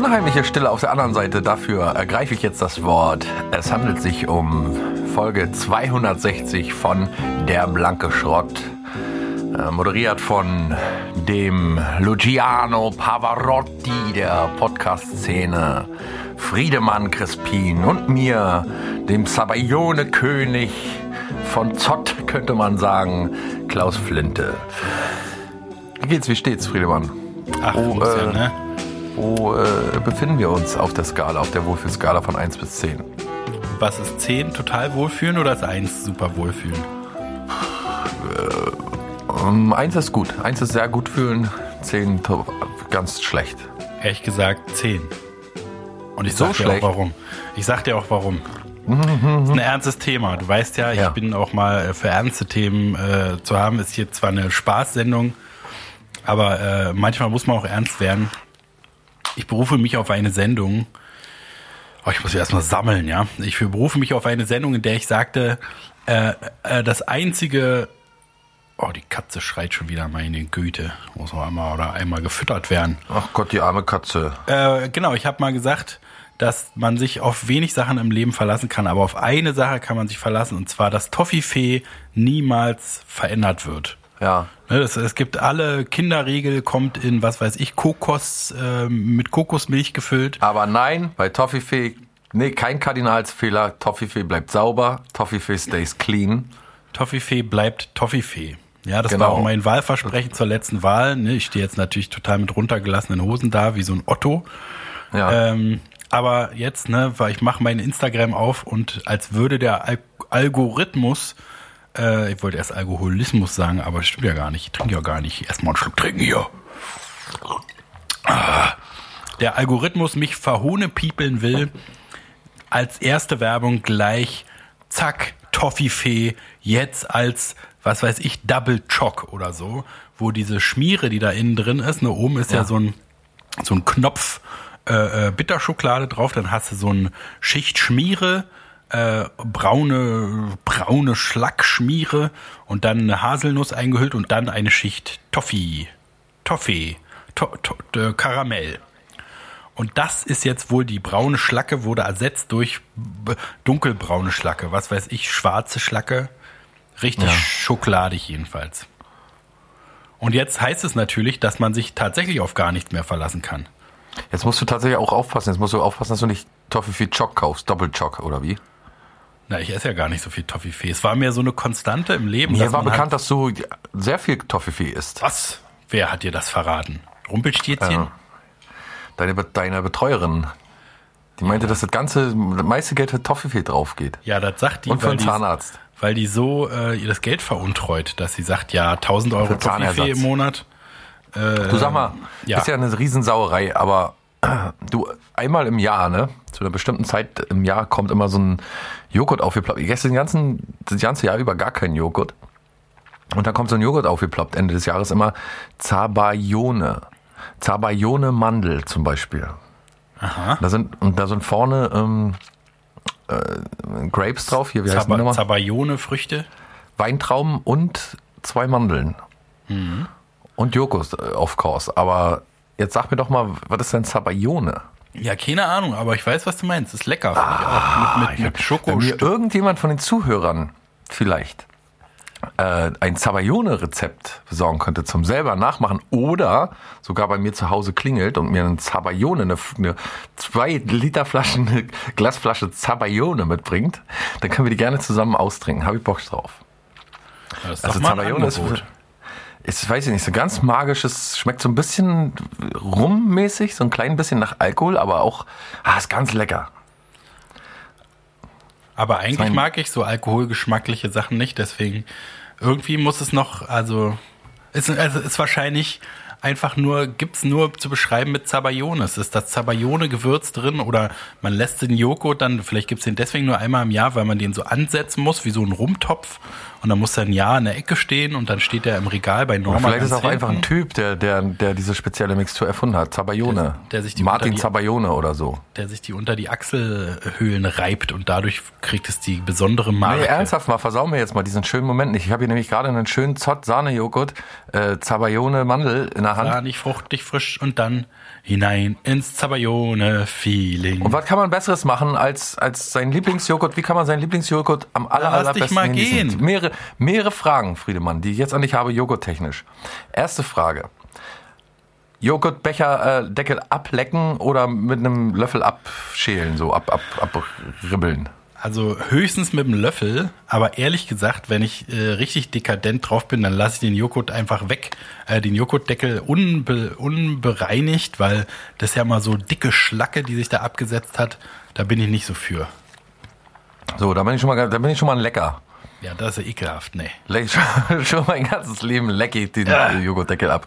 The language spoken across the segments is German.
unheimliche Stille auf der anderen Seite. Dafür ergreife ich jetzt das Wort. Es handelt sich um Folge 260 von Der blanke Schrott. Moderiert von dem Luciano Pavarotti der Podcast-Szene, Friedemann Crispin und mir, dem Sabayone-König von Zott, könnte man sagen, Klaus Flinte. Wie geht's, wie steht's, Friedemann? Ach, ne? Wo befinden wir uns auf der Skala, auf der Wohlfühlskala von 1 bis 10? Was ist 10 total wohlfühlen oder ist 1 super wohlfühlen? 1 ist gut. 1 ist sehr gut fühlen, 10 ganz schlecht. Ehrlich gesagt 10. Und ich So sag dir schlecht? auch warum. Ich sag dir auch warum. Das ist ein ernstes Thema. Du weißt ja, ich bin auch mal für ernste Themen zu haben. Ist hier zwar eine Spaßsendung, aber manchmal muss man auch ernst werden. Ich berufe mich auf eine Sendung. Oh, ich muss ja erstmal sammeln, ja. Ich berufe mich auf eine Sendung, in der ich sagte, das einzige... Oh, die Katze schreit schon wieder, meine Güte. Muss man einmal gefüttert werden. Ach Gott, die arme Katze. Genau, ich habe mal gesagt, dass man sich auf wenig Sachen im Leben verlassen kann, aber auf eine Sache kann man sich verlassen, und zwar, dass Toffifee niemals verändert wird. Ja. Es gibt alle Kinderregel, kommt in, was weiß ich, Kokos, mit Kokosmilch gefüllt. Aber nein, bei Toffifee, kein Kardinalsfehler. Toffifee bleibt sauber. Toffifee stays clean. Toffifee bleibt Toffifee. Ja, das Genau. war auch mein Wahlversprechen zur letzten Wahl. Ne? Ich stehe jetzt natürlich total mit runtergelassenen Hosen da, wie so ein Otto. Ja. Aber jetzt, weil ich mache mein Instagram auf und als würde der Algorithmus, ich wollte erst Alkoholismus sagen, aber das stimmt ja gar nicht. Ich trinke ja gar nicht. Erstmal einen Schluck trinken hier. Der Algorithmus mich verhohnepiepeln will, als erste Werbung gleich, zack, Toffifee, jetzt als, was weiß ich, Double Choc oder so, wo diese Schmiere, die da innen drin ist, oben ist ja so ein Knopf Bitterschokolade drauf, dann hast du so eine Schicht Schmiere, braune Schlackschmiere und dann eine Haselnuss eingehüllt und dann eine Schicht Toffee, Karamell. Und das ist jetzt wohl, die braune Schlacke wurde ersetzt durch dunkelbraune Schlacke, was weiß ich, schwarze Schlacke, richtig schokoladig jedenfalls. Und jetzt heißt es natürlich, dass man sich tatsächlich auf gar nichts mehr verlassen kann. Jetzt musst du tatsächlich auch aufpassen. Jetzt musst du aufpassen, dass du nicht Toffifee Choc kaufst. Doppelchoc, oder wie? Na, ich esse ja gar nicht so viel Toffifee. Es war mir so eine Konstante im Leben. Mir war bekannt, dass du sehr viel Toffifee isst. Was? Wer hat dir das verraten? Rumpelstilzchen? Deine Betreuerin. Die meinte, dass das meiste Geld für Toffifee drauf geht. Ja, das sagt die, Und für einen Zahnarzt. Weil die so ihr das Geld veruntreut, dass sie sagt, ja, 1.000 Euro Toffifee im Monat. Du sag mal, ist ja eine Riesensauerei, aber du, einmal im Jahr, zu einer bestimmten Zeit im Jahr kommt immer so ein Joghurt aufgeploppt. Ich esse das ganze Jahr über gar keinen Joghurt. Und dann kommt so ein Joghurt aufgeploppt, Ende des Jahres immer Zabayone. Zabayone Mandel zum Beispiel. Aha. Da sind vorne Grapes drauf. Hier, wie heißt die nochmal? Zabayone Früchte. Weintrauben und 2 Mandeln. Mhm. Und Joghurt, of course. Aber jetzt sag mir doch mal, was ist denn Zabayone? Ja, keine Ahnung, aber ich weiß, was du meinst. Ist lecker. Mit Schoko. Wenn mir irgendjemand von den Zuhörern vielleicht ein Zabayone-Rezept besorgen könnte zum selber nachmachen oder sogar bei mir zu Hause klingelt und mir ein Zabayone, eine 2-Liter-Flasche, eine Glasflasche Zabayone mitbringt, dann können wir die gerne zusammen austrinken. Habe ich Bock drauf. Ja, das ist Also doch mal ein Zabayone ist, weiß ich nicht, so ganz magisches, schmeckt so ein bisschen rummäßig, so ein klein bisschen nach Alkohol, aber auch, ist ganz lecker. Aber eigentlich mag ich so alkoholgeschmackliche Sachen nicht, deswegen irgendwie muss es noch, ist wahrscheinlich einfach gibt's nur zu beschreiben mit Zabayone. Es ist das Zabayone-Gewürz drin oder man lässt den Joghurt dann, vielleicht gibt's den deswegen nur einmal im Jahr, weil man den so ansetzen muss, wie so ein Rumtopf und dann muss er ein Jahr in der Ecke stehen und dann steht er im Regal bei Norma. Vielleicht ist er auch einfach ein Typ, der diese spezielle Mixtur erfunden hat. Zabayone. Der sich Martin Zabayone oder so. Der sich die unter die Achselhöhlen reibt und dadurch kriegt es die besondere Marke. Nee, ernsthaft mal, versau mir jetzt mal diesen schönen Moment nicht. Ich habe hier nämlich gerade einen schönen Zott-Sahne-Joghurt, Zabayone Mandel in der Hand. Sahnig, fruchtig, frisch und dann hinein ins Zabayone-Feeling. Und was kann man Besseres machen als sein Lieblingsjoghurt? Wie kann man seinen Lieblingsjoghurt am allerbesten mal gehen. Mehrere Fragen, Friedemann, die ich jetzt an dich habe, joghurttechnisch. Erste Frage. Joghurtbecher Deckel ablecken oder mit einem Löffel abschälen, so abribbeln? Also höchstens mit dem Löffel, aber ehrlich gesagt, wenn ich richtig dekadent drauf bin, dann lasse ich den Joghurt einfach weg, den Joghurtdeckel unbereinigt, weil das ist ja mal so dicke Schlacke, die sich da abgesetzt hat, da bin ich nicht so für. So, da bin ich schon mal ein Lecker. Ja, das ist ja ekelhaft, ne. Schon mein ganzes Leben lecke ich den Joghurtdeckel ab.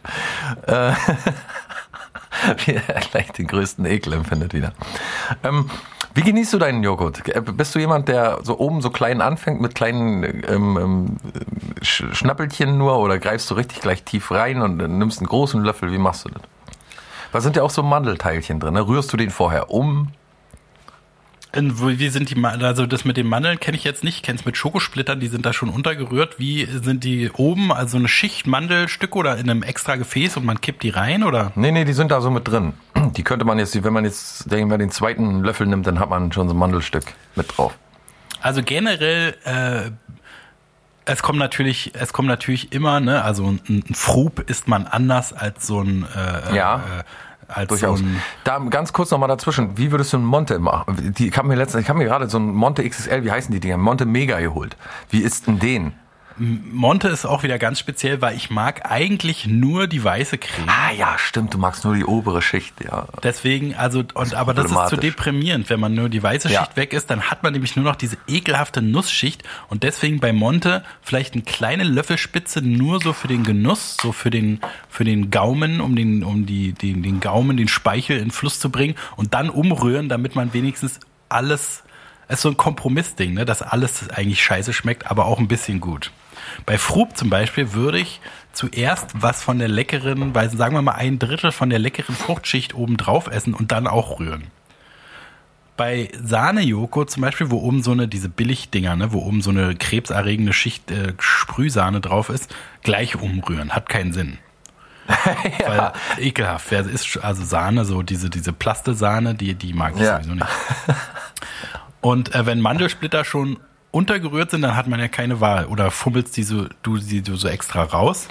Wie er gleich den größten Ekel empfindet wieder. Wie genießt du deinen Joghurt? Bist du jemand, der so oben so klein anfängt mit kleinen Schnappelchen nur oder greifst du richtig gleich tief rein und nimmst einen großen Löffel? Wie machst du das? Da sind ja auch so Mandelteilchen drin. Ne? Rührst du den vorher um? Wie sind die, also das mit den Mandeln kenne ich jetzt nicht, kenne es mit Schokosplittern, die sind da schon untergerührt. Wie sind die oben, also eine Schicht Mandelstück oder in einem extra Gefäß und man kippt die rein, oder? Nee, die sind da so mit drin. Die könnte man jetzt, wenn man jetzt den zweiten Löffel nimmt, dann hat man schon so ein Mandelstück mit drauf. Also generell, es kommt natürlich immer, ne, also ein Frub isst man anders als so ein, als durchaus. Da ganz kurz nochmal dazwischen. Wie würdest du einen Monte machen? Ich habe mir gerade so einen Monte XXL, wie heißen die Dinger? Monte Mega geholt. Wie ist denn den? Monte ist auch wieder ganz speziell, weil ich mag eigentlich nur die weiße Creme. Ah ja, stimmt, du magst nur die obere Schicht, ja. Deswegen, aber das ist zu deprimierend, wenn man nur die weiße Schicht weg ist, dann hat man nämlich nur noch diese ekelhafte Nussschicht und deswegen bei Monte vielleicht eine kleine Löffelspitze nur so für den Genuss, so für den Gaumen, um den Gaumen, den Speichel in Fluss zu bringen und dann umrühren, damit man wenigstens alles, es ist so ein Kompromissding, ne, dass alles eigentlich scheiße schmeckt, aber auch ein bisschen gut. Bei Frub zum Beispiel würde ich zuerst was von der leckeren, weil sagen wir mal 1/3 von der leckeren Fruchtschicht oben drauf essen und dann auch rühren. Bei Sahne-Joghurt zum Beispiel, wo oben diese Billigdinger, ne, wo oben so eine krebserregende Schicht Sprühsahne drauf ist, gleich umrühren, hat keinen Sinn. Ja. Weil ekelhaft, wer ist also Sahne, so diese Plastesahne, die mag ich sowieso nicht. Und wenn Mandelsplitter schon untergerührt sind, dann hat man ja keine Wahl. Oder fummelst du so extra raus?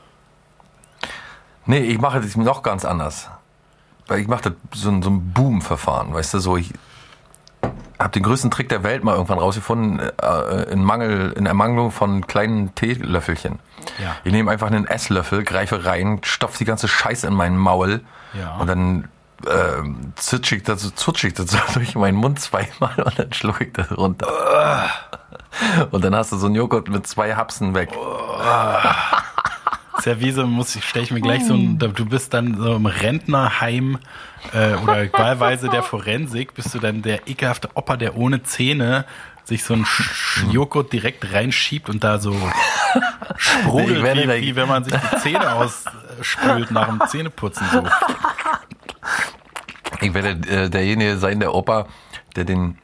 Nee, ich mache das noch ganz anders. Weil ich mache das so ein Boom-Verfahren, weißt du, so ich habe den größten Trick der Welt mal irgendwann rausgefunden, in Ermangelung von kleinen Teelöffelchen. Ja. Ich nehme einfach einen Esslöffel, greife rein, stopfe die ganze Scheiße in meinen Maul und dann zutsch ich das so durch meinen Mund zweimal und dann schluck ich das runter. Und dann hast du so einen Joghurt mit 2 Hapsen weg. Ist ja wie so, stelle ich mir gleich du bist dann so im Rentnerheim oder wahlweise der Forensik, bist du dann der ekelhafte Opa, der ohne Zähne sich so einen Joghurt direkt reinschiebt und da so sprudelt, wie wenn man sich die Zähne ausspült nach dem Zähneputzen. So. Ich werde derjenige sein, der Opa, der den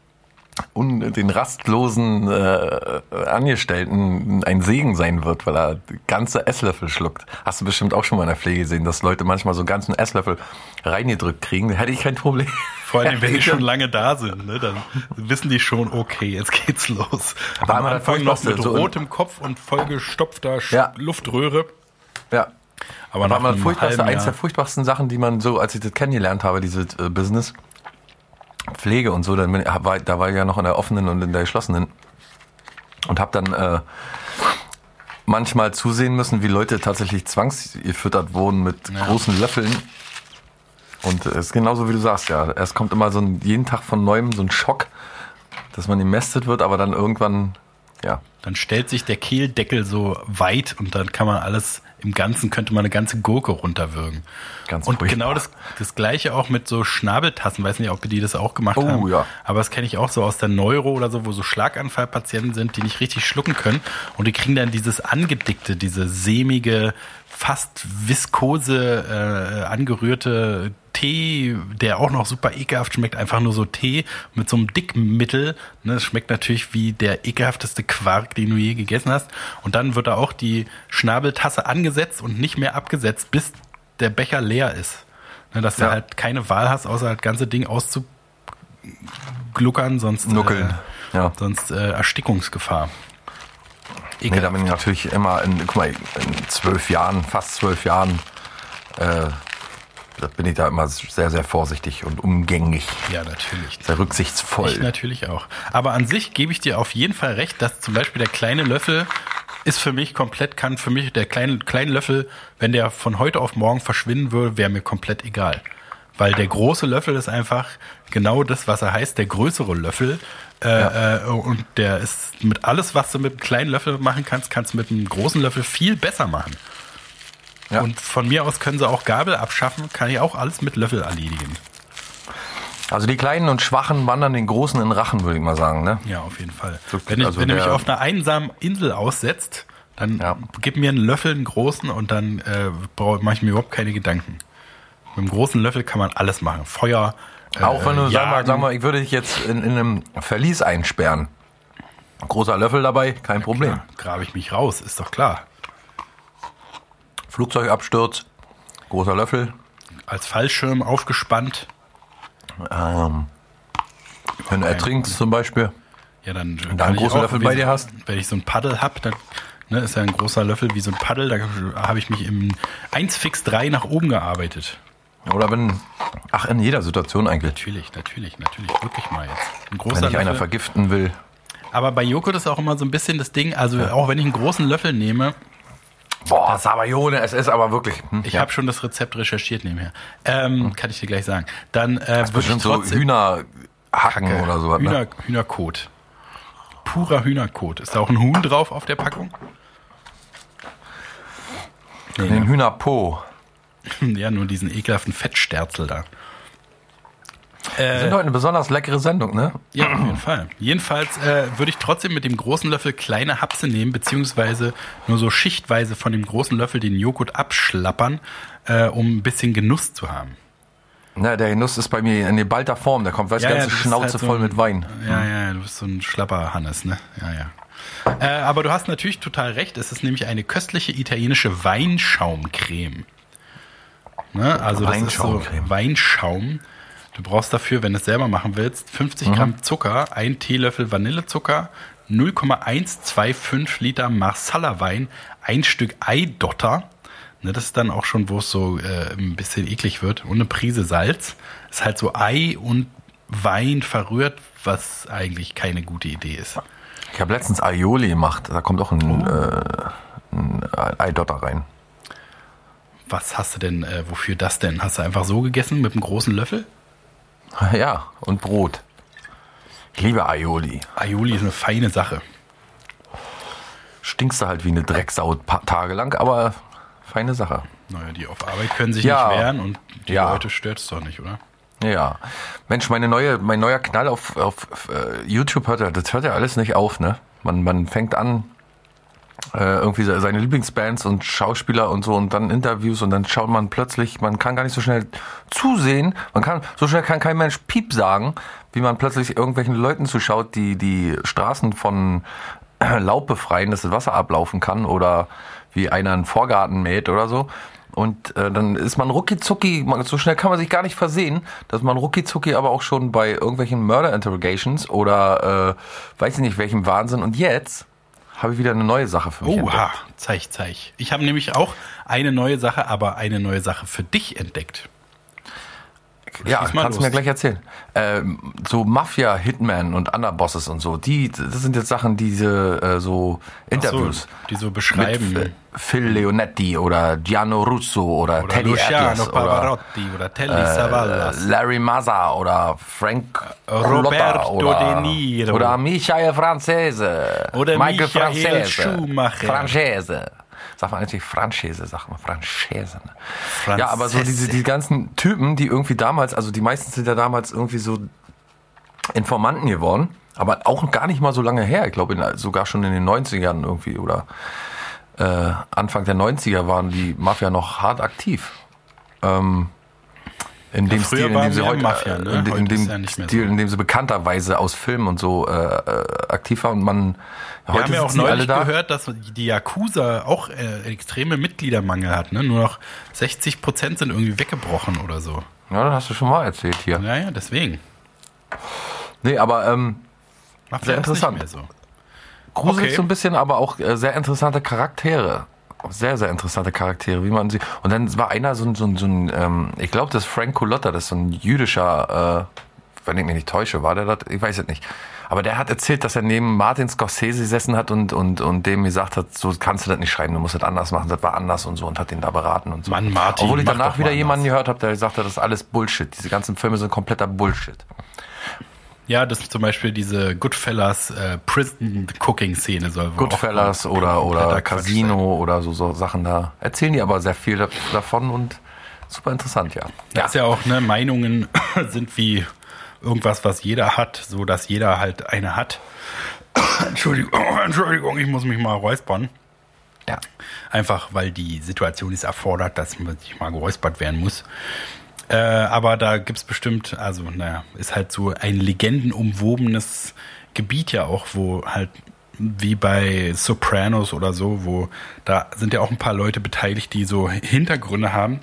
rastlosen Angestellten ein Segen sein wird, weil er ganze Esslöffel schluckt. Hast du bestimmt auch schon mal in der Pflege gesehen, dass Leute manchmal so einen ganzen Esslöffel reingedrückt kriegen. Da hätte ich kein Problem. Vor allem, wenn die schon lange da sind, ne, dann wissen die schon, okay, jetzt geht's los. Am Anfang noch mit rotem Kopf und vollgestopfter Luftröhre. Ja. Aber nach eins der furchtbarsten Sachen, die man so, als ich das kennengelernt habe, dieses Business, Pflege und so, da war ich ja noch in der offenen und in der geschlossenen und habe dann manchmal zusehen müssen, wie Leute tatsächlich zwangsgefüttert wurden mit großen Löffeln. Und es ist genauso, wie du sagst, ja. Es kommt immer jeden Tag von Neuem so ein Schock, dass man gemästet wird, aber dann irgendwann, ja. Dann stellt sich der Kehldeckel so weit und dann kann man alles im Ganzen könnte man eine ganze Gurke runterwürgen. Ganz und furchtbar. genau das Gleiche auch mit so Schnabeltassen. Weiß nicht, ob die das auch gemacht haben. Ja. Aber das kenne ich auch so aus der Neuro oder so, wo so Schlaganfallpatienten sind, die nicht richtig schlucken können. Und die kriegen dann dieses angedickte, diese sämige, fast viskose, angerührte Tee, der auch noch super ekelhaft schmeckt, einfach nur so Tee mit so einem Dickmittel. Ne, das schmeckt natürlich wie der ekelhafteste Quark, den du je gegessen hast. Und dann wird da auch die Schnabeltasse angesetzt und nicht mehr abgesetzt, bis der Becher leer ist. Ne, dass du halt keine Wahl hast, außer das ganze Ding auszugluckern, sonst Erstickungsgefahr. Nee, da bin ich natürlich immer in 12 Jahren, fast 12 Jahren, da bin ich da immer sehr, sehr vorsichtig und umgänglich. Ja, natürlich. Sehr rücksichtsvoll. Ich natürlich auch. Aber an sich gebe ich dir auf jeden Fall recht, dass zum Beispiel der kleine Löffel ist für mich komplett, kann für mich der kleine Löffel, wenn der von heute auf morgen verschwinden würde, wäre mir komplett egal. Weil der große Löffel ist einfach genau das, was er heißt, der größere Löffel. Und der ist mit alles, was du mit einem kleinen Löffel machen kannst, kannst du mit einem großen Löffel viel besser machen. Ja. Und von mir aus können sie auch Gabel abschaffen, kann ich auch alles mit Löffel erledigen. Also die Kleinen und Schwachen wandern den Großen in den Rachen, würde ich mal sagen, ne? Ja, auf jeden Fall. So, wenn du mich auf einer einsamen Insel aussetzt, dann gib mir einen Löffel, einen großen, und dann mache ich mir überhaupt keine Gedanken. Mit einem großen Löffel kann man alles machen. Feuer, auch wenn du, sag mal, ich würde dich jetzt in einem Verlies einsperren. Großer Löffel dabei, kein Problem. Klar, grabe ich mich raus, ist doch klar. Flugzeugabsturz, großer Löffel. Als Fallschirm aufgespannt. Wenn du ertrinkst zum Beispiel. Ja, dann einen großen Löffel bei dir hast. Wenn ich so ein Paddel habe, dann ist ja ein großer Löffel wie so ein Paddel. Da habe ich mich im 1-Fix-3 nach oben gearbeitet. Oder in jeder Situation eigentlich. Natürlich. Wirklich mal jetzt. Ein großer wenn ich einer Löffel. Vergiften will. Aber bei Joghurt ist auch immer so ein bisschen das Ding, also auch wenn ich einen großen Löffel nehme. Boah, Sabayone, es ist aber wirklich. Ich habe schon das Rezept recherchiert nebenher. Kann ich dir gleich sagen. Dann würde ich so Hühnerhacken oder so. Hühnerkot. Purer Hühnerkot. Ist da auch ein Huhn drauf auf der Packung? Nee, den Hühnerpo. Ja, nur diesen ekelhaften Fettsterzel da. Wir sind heute eine besonders leckere Sendung, ne? Ja, auf jeden Fall. Jedenfalls würde ich trotzdem mit dem großen Löffel kleine Hapse nehmen, beziehungsweise nur so schichtweise von dem großen Löffel den Joghurt abschlappern, um ein bisschen Genuss zu haben. Na, der Genuss ist bei mir in gebalter Form. Der kommt, ganze Schnauze halt so voll mit Wein. Ja, du bist so ein Schlapper-Hannes, ne? Ja. Aber du hast natürlich total recht. Es ist nämlich eine köstliche italienische Weinschaumcreme. Ne? Also das ist so Weinschaum. Du brauchst dafür, wenn du es selber machen willst, 50 Gramm Zucker, 1 Teelöffel Vanillezucker, 0,125 Liter Marsala-Wein, 1 Stück Eidotter. Ne, das ist dann auch schon, wo es so ein bisschen eklig wird. Und eine Prise Salz. Das ist halt so Ei und Wein verrührt, was eigentlich keine gute Idee ist. Ich habe letztens Aioli gemacht. Da kommt auch ein Eidotter rein. Was hast du denn, wofür das denn? Hast du einfach so gegessen mit einem großen Löffel? Ja, und Brot. Ich liebe Aioli. Aioli ist eine feine Sache. Stinkst du halt wie eine Drecksau tagelang, aber feine Sache. Naja, die auf Arbeit können sich nicht wehren und die Leute stört es doch nicht, oder? Ja. Mensch, mein neuer Knall auf YouTube das hört ja alles nicht auf, ne? Man fängt an, irgendwie seine Lieblingsbands und Schauspieler und so und dann Interviews und dann schaut man plötzlich, man kann gar nicht so schnell zusehen, so schnell kann kein Mensch Piep sagen, wie man plötzlich irgendwelchen Leuten zuschaut, die Straßen von Laub befreien, dass das Wasser ablaufen kann oder wie einer einen Vorgarten mäht oder so. Und dann ist man rucki-zucki, so schnell kann man sich gar nicht versehen, dass man rucki-zucki aber auch schon bei irgendwelchen Murder-Interrogations oder weiß ich nicht welchem Wahnsinn. Und jetzt habe ich wieder eine neue Sache für mich entdeckt. Oha, zeig. Ich habe nämlich auch eine neue Sache, aber eine neue Sache für dich entdeckt. Ja, kannst du mir gleich erzählen. So Mafia-Hitman und Underbosses und so, das sind jetzt Sachen, diese so Interviews. Die so beschreiben. Mit Phil Leonetti oder Gianno Russo oder Teddy Luciano Atlas Pavarotti oder Telly Savalas. Larry Mazza oder Frank Roberto oder, De Niro. Oder Michael Francese. Oder Michael Michael Francese. Schumacher. Francese. Sagt man eigentlich Franchise, sagt man Franchise. Ne? Ja, aber so die ganzen Typen, die irgendwie damals, also die meisten sind ja damals irgendwie so Informanten geworden, aber auch gar nicht mal so lange her. Ich glaube sogar schon in den 90ern irgendwie oder Anfang der 90er waren die Mafia noch hart aktiv. In dem Stil, in dem sie heute, Mafia, ne? in dem Stil, in dem sie bekannterweise aus Filmen und so aktiv war und man wir haben ja auch neulich gehört, dass die Yakuza auch extreme Mitgliedermangel hat, ne? Nur noch 60% sind irgendwie weggebrochen oder so. Ja, das hast du schon mal erzählt hier. Ja, deswegen. Nee, aber sehr interessant. Nicht mehr so. Gruselig so ein bisschen, aber auch sehr interessante Charaktere. Sehr, sehr interessante Charaktere, wie man sie. Und dann war einer so ein ich glaube, das ist Frank Culotta, das ist so ein jüdischer, wenn ich mich nicht täusche, war der das? Ich weiß es nicht. Aber der hat erzählt, dass er neben Martin Scorsese gesessen hat und dem gesagt hat, so kannst du das nicht schreiben, du musst das anders machen, das war anders und so und hat ihn da beraten und so. Mann, Martin, obwohl ich danach wieder jemanden gehört habe, der gesagt hat, das ist alles Bullshit. Diese ganzen Filme sind kompletter Bullshit. Ja, das ist zum Beispiel diese Goodfellas Prison-Cooking-Szene soll Goodfellas oder Casino oder so Sachen da. Erzählen die aber sehr viel davon und super interessant, ja. Das ist ja auch, ne, Meinungen sind wie irgendwas, was jeder hat, so dass jeder halt eine hat. Entschuldigung, ich muss mich mal räuspern. Ja. Einfach, weil die Situation es erfordert, dass man sich mal geräuspert werden muss. Aber da gibt's bestimmt, also ist halt so ein legendenumwobenes Gebiet ja auch, wo halt wie bei Sopranos oder so, wo da sind ja auch ein paar Leute beteiligt, die so Hintergründe haben.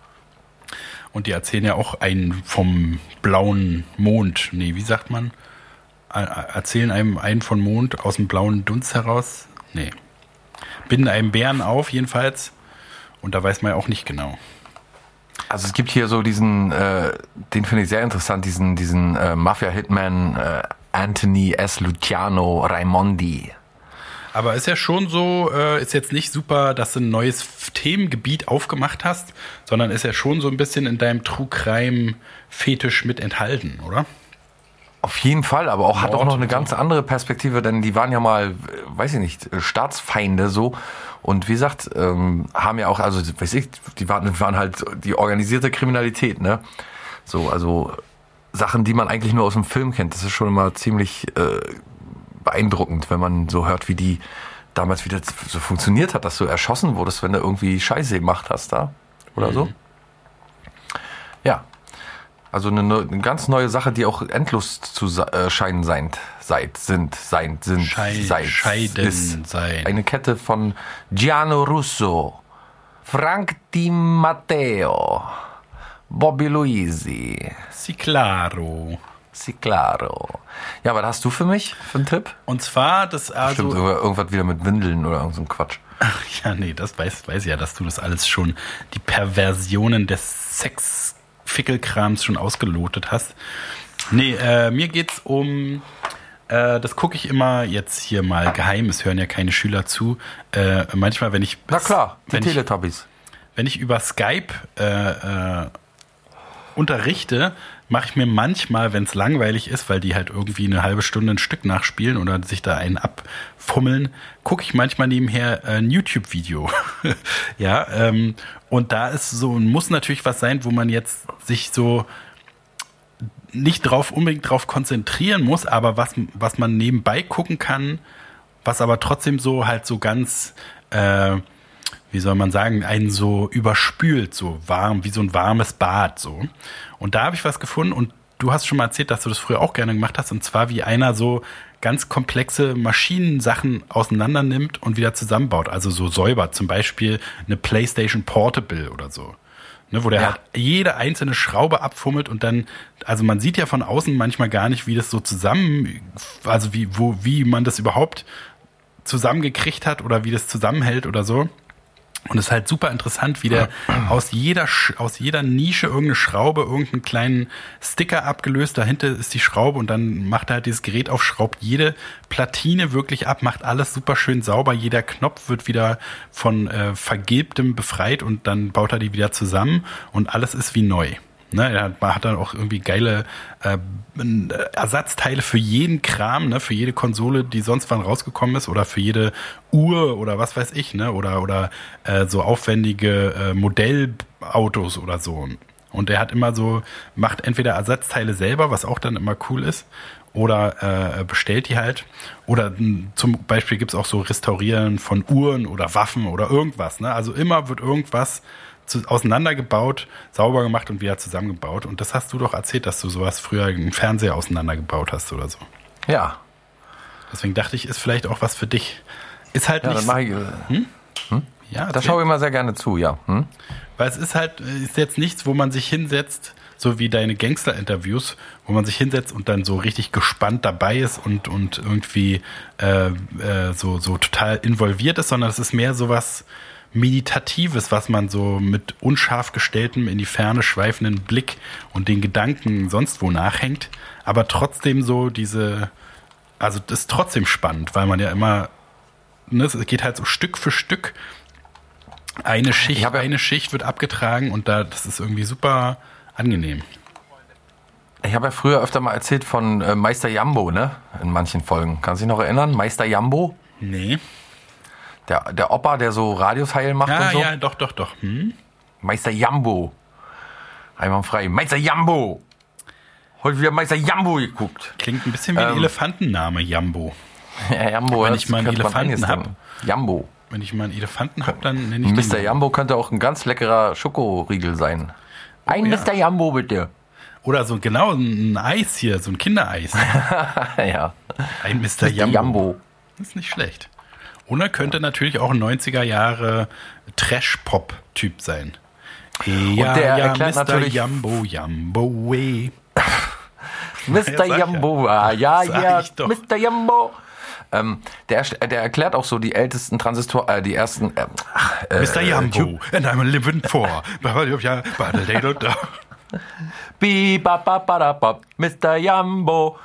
Und die erzählen ja auch einen vom blauen Mond. Nee, wie sagt man? Erzählen einem einen von Mond aus dem blauen Dunst heraus? Nee. Binden einem Bären auf, jedenfalls. Und da weiß man ja auch nicht genau. Also es gibt hier so diesen, den finde ich sehr interessant, diesen Mafia-Hitman Anthony S. Luciano Raimondi. Aber ist ja schon so, ist jetzt nicht super, dass du ein neues Themengebiet aufgemacht hast, sondern ist ja schon so ein bisschen in deinem True-Crime-Fetisch mit enthalten, oder? Auf jeden Fall, aber auch hat auch noch eine ganz andere Perspektive, denn die waren ja mal, weiß ich nicht, Staatsfeinde so. Und wie gesagt, haben ja auch, also weiß ich, die waren halt die organisierte Kriminalität, ne? So, also Sachen, die man eigentlich nur aus dem Film kennt. Das ist schon immer ziemlich beeindruckend, wenn man so hört, wie die damals wieder so funktioniert hat, dass du erschossen wurdest, wenn du irgendwie Scheiße gemacht hast da oder so. Ja. Also eine ganz neue Sache, die auch endlos zu scheinen sein. Eine Kette von Gianni Russo, Frank Di Matteo, Bobby Luisi. Ciclaro. Ja, was hast du für mich, für einen Tipp? Und zwar, das also... Stimmt, irgendwas wieder mit Windeln oder irgend so ein Quatsch. Ach ja, nee, das weiß ja, dass du das alles schon, die Perversionen des Sex-Fickelkrams schon ausgelotet hast. Nee, mir geht's um... das gucke ich immer jetzt hier mal geheim, es hören ja keine Schüler zu. Manchmal, wenn ich... Na klar, die Teletubbies. Wenn ich über Skype unterrichte, mache ich mir manchmal, wenn es langweilig ist, weil die halt irgendwie eine halbe Stunde ein Stück nachspielen oder sich da einen abfummeln, gucke ich manchmal nebenher ein YouTube-Video. Ja, und da ist so, muss natürlich was sein, wo man jetzt sich so nicht unbedingt drauf konzentrieren muss, aber was man nebenbei gucken kann, was aber trotzdem so halt so ganz, wie soll man sagen, einen so überspült, so warm, wie so ein warmes Bad, so. Und da habe ich was gefunden und du hast schon mal erzählt, dass du das früher auch gerne gemacht hast, und zwar wie einer so ganz komplexe Maschinensachen auseinander nimmt und wieder zusammenbaut, also so säubert, zum Beispiel eine PlayStation Portable oder so. Ne, wo der halt jede einzelne Schraube abfummelt und dann, also man sieht ja von außen manchmal gar nicht, wie das so also wie man das überhaupt zusammengekriegt hat oder wie das zusammenhält oder so. Und es ist halt super interessant, wie der aus jeder Nische irgendeine Schraube, irgendeinen kleinen Sticker abgelöst, dahinter ist die Schraube und dann macht er halt dieses Gerät auf, schraubt jede Platine wirklich ab, macht alles super schön sauber, jeder Knopf wird wieder von Vergilbtem befreit und dann baut er die wieder zusammen und alles ist wie neu. Ne, man hat dann auch irgendwie geile Ersatzteile für jeden Kram, ne, für jede Konsole, die sonst wann rausgekommen ist, oder für jede Uhr oder was weiß ich, ne, oder so aufwendige Modellautos oder so. Und der hat immer so, macht entweder Ersatzteile selber, was auch dann immer cool ist, oder bestellt die halt. Oder zum Beispiel gibt's auch so Restaurieren von Uhren oder Waffen oder irgendwas. Ne? Also immer wird irgendwas auseinandergebaut, sauber gemacht und wieder zusammengebaut. Und das hast du doch erzählt, dass du sowas früher im Fernseher auseinandergebaut hast oder so. Ja. Deswegen dachte ich, ist vielleicht auch was für dich. Ist halt nicht. Dann mache ich. Ja, da schaue ich immer sehr gerne zu, ja. Weil es ist jetzt nichts, wo man sich hinsetzt, so wie deine Gangster-Interviews, wo man sich hinsetzt und dann so richtig gespannt dabei ist und irgendwie so total involviert ist, sondern es ist mehr sowas Meditatives, was man so mit unscharf gestelltem, in die Ferne schweifenden Blick und den Gedanken sonst wo nachhängt, aber trotzdem so also das ist trotzdem spannend, weil man ja immer, ne, es geht halt so Stück für Stück, eine Schicht wird abgetragen und das ist irgendwie super angenehm. Ich habe ja früher öfter mal erzählt von Meister Jambo, ne, in manchen Folgen. Kannst du dich noch erinnern? Meister Jambo? Nee. Der Opa, der so Radios heil macht und so. Ja, doch. Meister Jambo. Einwandfrei. Meister Jambo. Heute wieder Meister Jambo geguckt. Klingt ein bisschen wie ein Elefantenname, Jambo. Ja, Jambo. Wenn ich mal einen Elefanten habe. Jambo. Wenn ich mal einen Elefanten habe, dann nenne ich den Mr. Jambo könnte auch ein ganz leckerer Schokoriegel sein. Mr. Jambo bitte. Oder so genau ein Eis hier, so ein Kindereis. Ja. Ein Mr. Jambo. Das ist nicht schlecht. Und er könnte natürlich auch ein 90er Jahre Trash-Pop-Typ sein. Ja, und der erklärt Mr. natürlich Jambo, way. Mr. Jambo, ja, Mr. Jambo. Der erklärt auch so die ältesten die ersten. Mr. Jambo, and I'm living for. Mr. Jambo.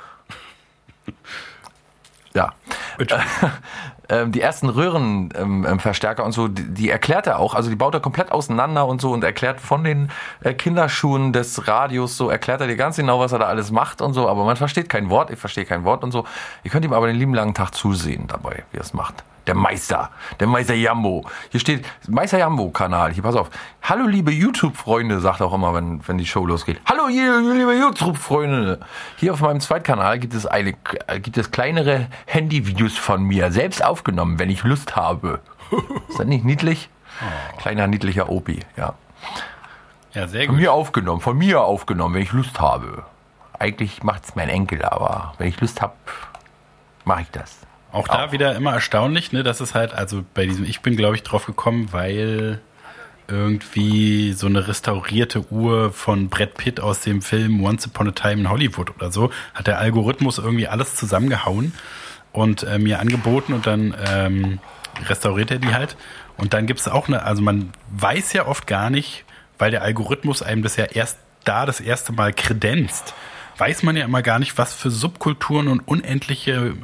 Ja. Die ersten Röhrenverstärker und so, die erklärt er auch. Also die baut er komplett auseinander und so und erklärt von den Kinderschuhen des Radios so, erklärt er dir ganz genau, was er da alles macht und so. Aber man versteht kein Wort, ich verstehe kein Wort und so. Ihr könnt ihm aber den lieben langen Tag zusehen dabei, wie er es macht. Der Meister Jambo. Hier steht Meister Jambo-Kanal. Hier, pass auf. Hallo, liebe YouTube-Freunde, sagt er auch immer, wenn die Show losgeht. Hallo, liebe YouTube-Freunde. Hier auf meinem Zweitkanal gibt es kleinere Handyvideos von mir, selbst aufgenommen, wenn ich Lust habe. Ist das nicht niedlich? Oh. Kleiner, niedlicher Opi, ja. Ja, sehr gut. Von mir aufgenommen, wenn ich Lust habe. Eigentlich macht's mein Enkel, aber wenn ich Lust habe, mache ich das. Auch da wieder immer erstaunlich, ne, dass es halt, also bei diesem, ich bin glaube ich drauf gekommen, weil irgendwie so eine restaurierte Uhr von Brad Pitt aus dem Film Once Upon a Time in Hollywood oder so, hat der Algorithmus irgendwie alles zusammengehauen und mir angeboten und dann restauriert er die halt. Und dann gibt es auch also man weiß ja oft gar nicht, weil der Algorithmus einem das ja erst da das erste Mal kredenzt, weiß man ja immer gar nicht, was für Subkulturen und unendliche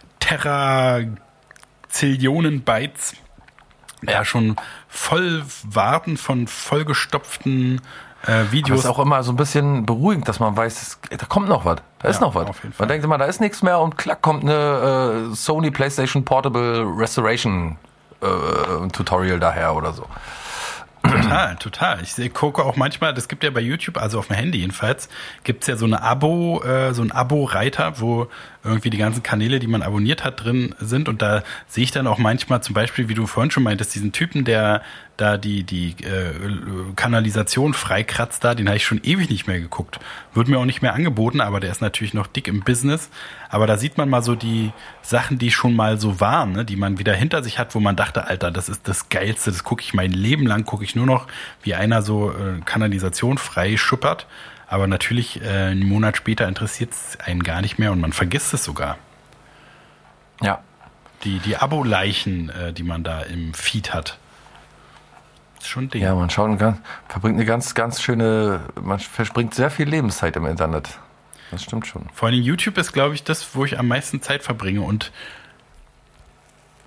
Zillionen Bytes ja schon voll warten von vollgestopften Videos. Das ist auch immer so ein bisschen beruhigend, dass man weiß, da kommt noch was. Da ist noch was. Man denkt immer, da ist nichts mehr und klack kommt eine Sony PlayStation Portable Restoration Tutorial daher oder so. Total. Ich gucke auch manchmal, das gibt ja bei YouTube, also auf dem Handy jedenfalls, gibt's ja so ein Abo-Reiter, wo irgendwie die ganzen Kanäle, die man abonniert hat, drin sind. Und da sehe ich dann auch manchmal zum Beispiel, wie du vorhin schon meintest, diesen Typen, der da die Kanalisation freikratzt da, den habe ich schon ewig nicht mehr geguckt. Wird mir auch nicht mehr angeboten, aber der ist natürlich noch dick im Business. Aber da sieht man mal so die Sachen, die schon mal so waren, ne, die man wieder hinter sich hat, wo man dachte, Alter, das ist das Geilste, das gucke ich mein Leben lang, gucke ich nur noch, wie einer so Kanalisation frei schuppert. Aber natürlich, einen Monat später interessiert es einen gar nicht mehr und man vergisst es sogar. Ja. Die Abo-Leichen, die man da im Feed hat. Ist schon ein Ding. Ja, man verbringt eine ganz schöne, man verspringt sehr viel Lebenszeit im Internet. Das stimmt schon. Vor allem YouTube ist, glaube ich, das, wo ich am meisten Zeit verbringe und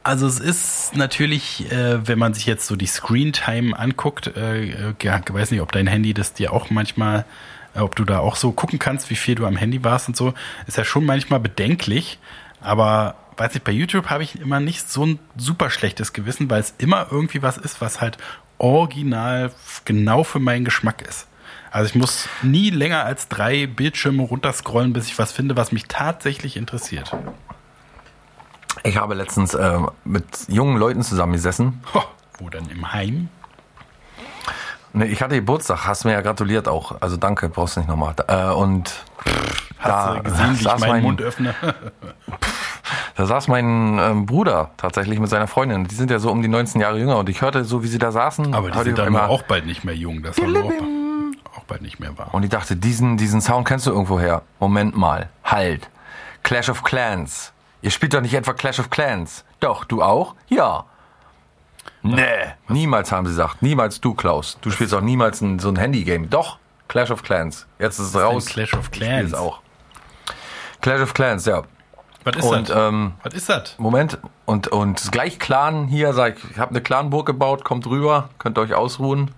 Also es ist natürlich, wenn man sich jetzt so die Screen-Time anguckt, ich weiß nicht, ob dein Handy das dir auch manchmal, ob du da auch so gucken kannst, wie viel du am Handy warst und so, ist ja schon manchmal bedenklich, aber weiß nicht, bei YouTube habe ich immer nicht so ein super schlechtes Gewissen, weil es immer irgendwie was ist, was halt original genau für meinen Geschmack ist. Also ich muss nie länger als 3 Bildschirme runterscrollen, bis ich was finde, was mich tatsächlich interessiert. Ich habe letztens mit jungen Leuten zusammengesessen. Wo denn? Im Heim? Nee, ich hatte Geburtstag, hast mir ja gratuliert auch. Also danke, brauchst du nicht nochmal. Und hast du gesehen, wie ich meinen Mund öffne? Da saß mein Bruder tatsächlich mit seiner Freundin. Die sind ja so um die 19 Jahre jünger und ich hörte so, wie sie da saßen. Aber die sind dann auch bald nicht mehr jung, das auch bald nicht mehr war. Und ich dachte, diesen Sound kennst du irgendwo her. Moment mal, halt. Clash of Clans. Ihr spielt doch nicht etwa Clash of Clans. Doch, du auch? Ja. Nee, niemals haben sie gesagt. Niemals du, Klaus. Du spielst auch niemals so ein Handy-Game. Doch, Clash of Clans. Jetzt ist es raus. Clash of Clans. Auch. Clash of Clans, ja. Was ist das? Was ist das? Moment. Und gleich Clan hier, ich habe eine Clanburg gebaut, kommt rüber, könnt ihr euch ausruhen.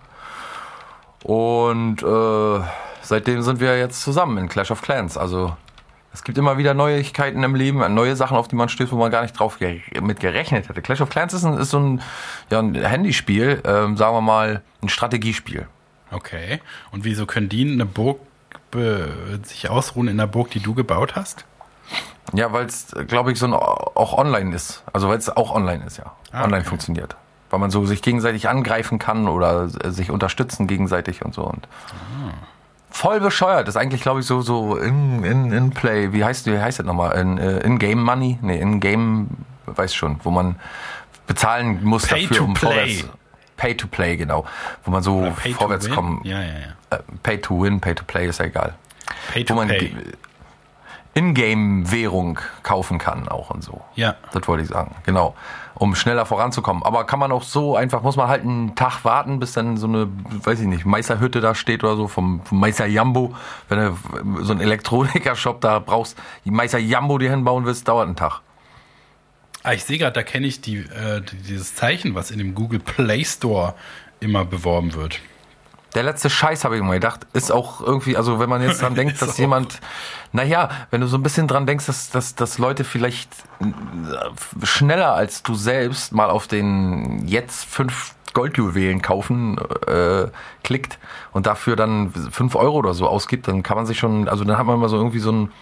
Und seitdem sind wir jetzt zusammen in Clash of Clans. Also es gibt immer wieder Neuigkeiten im Leben, neue Sachen, auf die man stößt, wo man gar nicht drauf mit gerechnet hätte. Clash of Clans ist so ein Handyspiel, sagen wir mal ein Strategiespiel. Okay. Und wieso können die eine Burg sich ausruhen in der Burg, die du gebaut hast? Ja, weil es, glaube ich, auch online ist. Also weil es auch online ist, ja. Online funktioniert. Weil man so sich gegenseitig angreifen kann oder sich unterstützen gegenseitig und so. Und voll bescheuert. Das ist eigentlich, glaube ich, so in-play. Wie heißt das nochmal? In-game Money? Nee, in-game, weiß schon, wo man bezahlen muss dafür, um vorwärts. Pay to play, genau. Wo man so vorwärts kommen. Ja. Pay to win, pay to play ist ja egal. Pay to pay. In-game-Währung kaufen kann auch und so. Ja. Das wollte ich sagen, genau. Um schneller voranzukommen. Aber kann man auch so einfach, muss man halt einen Tag warten, bis dann so eine, weiß ich nicht, Meisterhütte da steht oder so, vom Meister Jambo. Wenn du so einen Elektroniker-Shop da brauchst, die Meister Jambo dir hinbauen willst, dauert einen Tag. Ich sehe gerade, da kenne ich dieses Zeichen, was in dem Google Play Store immer beworben wird. Der letzte Scheiß, habe ich immer gedacht, ist auch irgendwie, also wenn man jetzt dran denkt, dass jemand, wenn du so ein bisschen dran denkst, dass Leute vielleicht schneller als du selbst mal auf den jetzt 5 Goldjuwelen kaufen, klickt und dafür dann 5 Euro oder so ausgibt, dann kann man sich schon, also dann hat man immer so irgendwie so ein,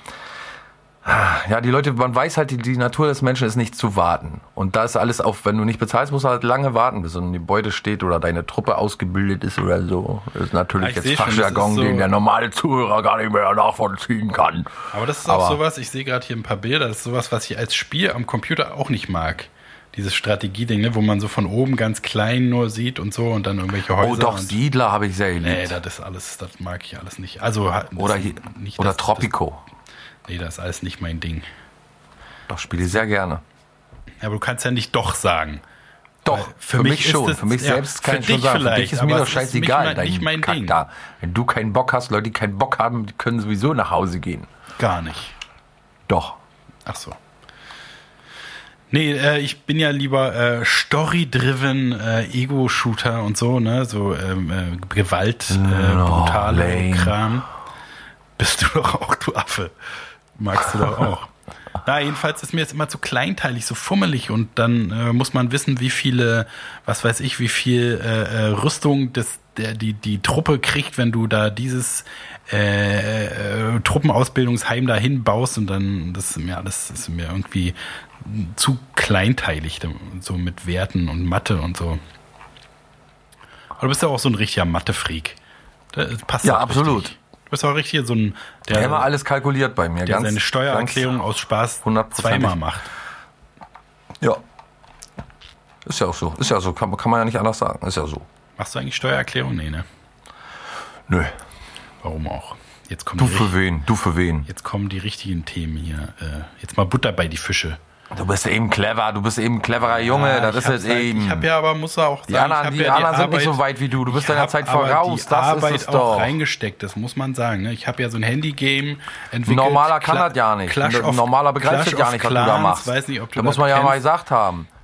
ja, die Leute, man weiß halt, die Natur des Menschen ist nicht zu warten. Und da ist alles auf, wenn du nicht bezahlst, musst du halt lange warten, bis so ein Gebäude steht oder deine Truppe ausgebildet ist oder so. Das ist natürlich jetzt Fachjargon, so, den der normale Zuhörer gar nicht mehr nachvollziehen kann. Aber das ist auch sowas, ich sehe gerade hier ein paar Bilder, das ist sowas, was ich als Spiel am Computer auch nicht mag. Dieses Strategieding, ne, wo man so von oben ganz klein nur sieht und so und dann irgendwelche Häuser. Oh doch, Siedler habe ich sehr geliebt. Nee, das ist alles, das mag ich alles nicht. Also oder Tropico. Nee, das ist alles nicht mein Ding. Doch, spiele ich sehr gerne. Aber du kannst ja nicht doch sagen. Doch, für mich schon. Für mich selbst kann ich schon sagen. Für dich ist mir doch scheißegal. Nicht mein Ding. Da. Wenn du keinen Bock hast, Leute, die keinen Bock haben, die können sowieso nach Hause gehen. Gar nicht. Doch. Ach so. Nee, ich bin ja lieber Story-driven Ego-Shooter und so, ne? So Gewalt, brutale Kram. Bist du doch auch, du Affe. Magst du doch auch. Na, jedenfalls ist mir jetzt immer zu kleinteilig, so fummelig und dann muss man wissen, wie viele, was weiß ich, wie viel Rüstung die Truppe kriegt, wenn du da dieses Truppenausbildungsheim dahin baust und dann, das ist mir irgendwie zu kleinteilig, so mit Werten und Mathe und so. Aber du bist ja auch so ein richtiger Mathe-Freak. Das passt ja, absolut. Richtig. Du bist auch richtig so ein... Der immer alles kalkuliert bei mir. Der seine Steuererklärung aus Spaß 100%. Zweimal macht. Ja. Ist ja auch so. Ist ja so. Kann man ja nicht anders sagen. Ist ja so. Machst du eigentlich Steuererklärung? Nee, ne? Nö. Warum auch? Jetzt kommen Du für wen? Jetzt kommen die richtigen Themen hier. Jetzt mal Butter bei die Fische. Du bist eben clever, du bist eben ein cleverer Junge, ja, das ist jetzt eben. Ich habe ja aber, muss er auch sagen, die anderen sind nicht so weit wie du bist deiner Zeit voraus, das ist es doch. Reingesteckt, das muss man sagen. Ich habe ja so ein Handy-Game entwickelt. Normaler kann das ja nicht. Normaler begreift das ja nicht, was du da machst. Weiß nicht, ob du da muss man ja mal gesagt haben.